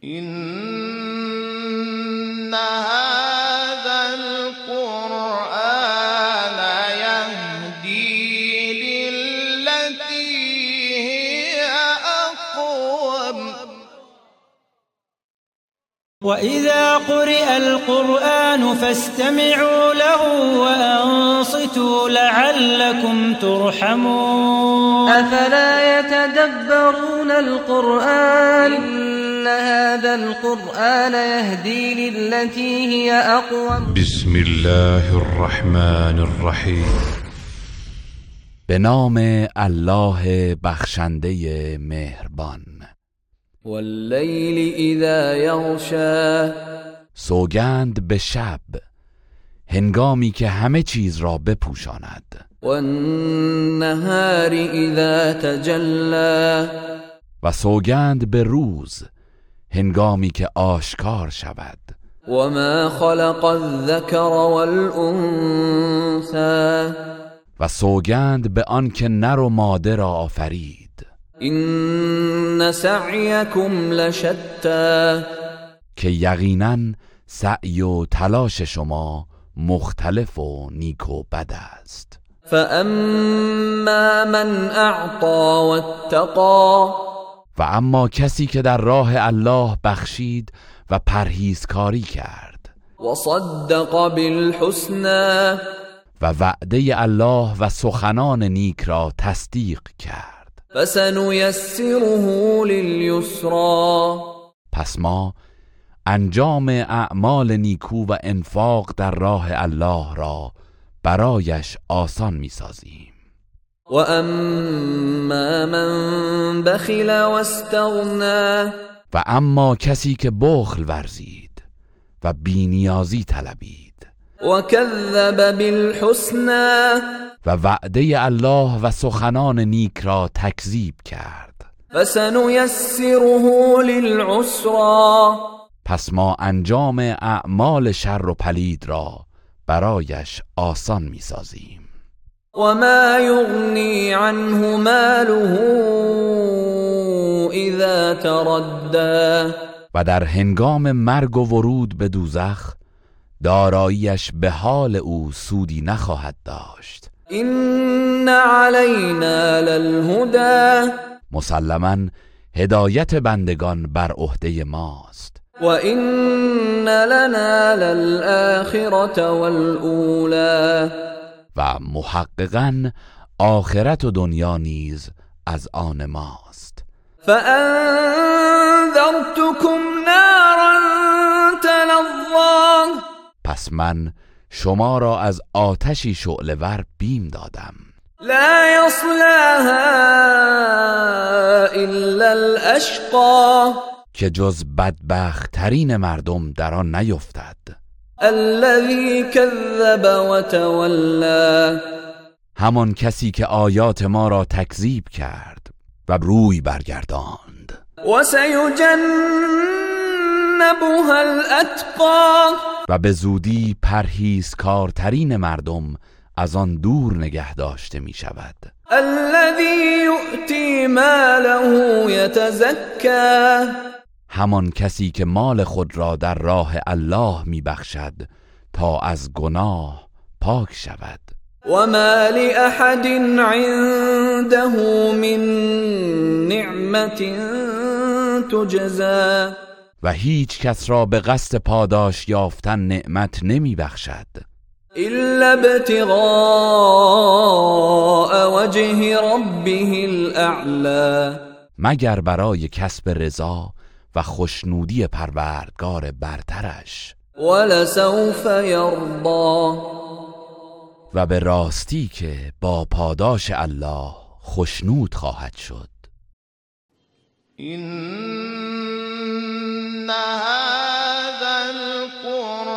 إن هذا القرآن يهدي للتي هي أقوم وإذا قرئ القرآن فاستمعوا له وأنصتوا لعلكم ترحمون أفلا يتدبرون القرآن إن هذا القرآن يهدي للتي هي أقوم بسم الله الرحمن الرحیم. به نام الله بخشنده مهربان. واللیل اذا یغشا، سوگند به شب هنگامی که همه چیز را بپوشاند. والنهار اذا تجلی، و سوگند به روز هنگامی که آشکار شود. وما خلق الذکر والانثى، و سوگند به آن که نر و ماده را آفرید. این سعیکم لشتی، که یقینا سعی و تلاش شما مختلف و نیک و بد است. فاما من اعطا واتقا، و اما کسی که در راه الله بخشید و پرهیزکاری کرد. وصدق بالحسنى، و وعده الله و سخنان نیک را تصدیق کرد. فسنيسره لليسرى، پس ما انجام اعمال نیکو و انفاق در راه الله را برایش آسان می‌سازیم. و اما من بخل واستغنى، و اما کسی که بخل ورزید و بی‌نیازی طلبید. وكذب بالحسنى، و وعده الله و سخنان نیک را تکذیب کرد. فسنيسره للعسرى، پس ما انجام اعمال شر و پلید را برایش آسان می‌سازیم. وما يغني عنه ماله اذا تردى، و در هنگام مرگ و ورود به دوزخ داراییش به حال او سودی نخواهد داشت. این علینا للهدى، مسلماً هدایت بندگان بر عهده ماست. و این لنا للآخرة والأولى، و محققاً آخرت و دنیا نیز از آن ماست. فأنذرتكم نارا تلظى، پس من شما را از آتشی شعله‌ور بیم دادم. لا یصلاها الا الاشقى، که جز بدبخت ترین مردم در آن نیفتد. الذي كذب وتولى، همان کسی که آیات ما را تکذیب کرد و روی برگرداند. و سیجنبها الاتقى، و به زودی پرهیزکارترین مردم از آن دور نگه داشته می شود. الذي يؤتي ماله يتزكى، همان کسی که مال خود را در راه الله می بخشد تا از گناه پاک شود. وما لأحد عنده من نعمة تجزى، و هیچ کس را به قصد پاداش یافتن نعمت نمی بخشد الا ابتغاء وجه ربه الاعلى، مگر برای کسب رضا و خوشنودی پروردگار برترش. ولسوف یرضى، و به راستی که با پاداش الله خوشنود خواهد شد. إن هذا القرآن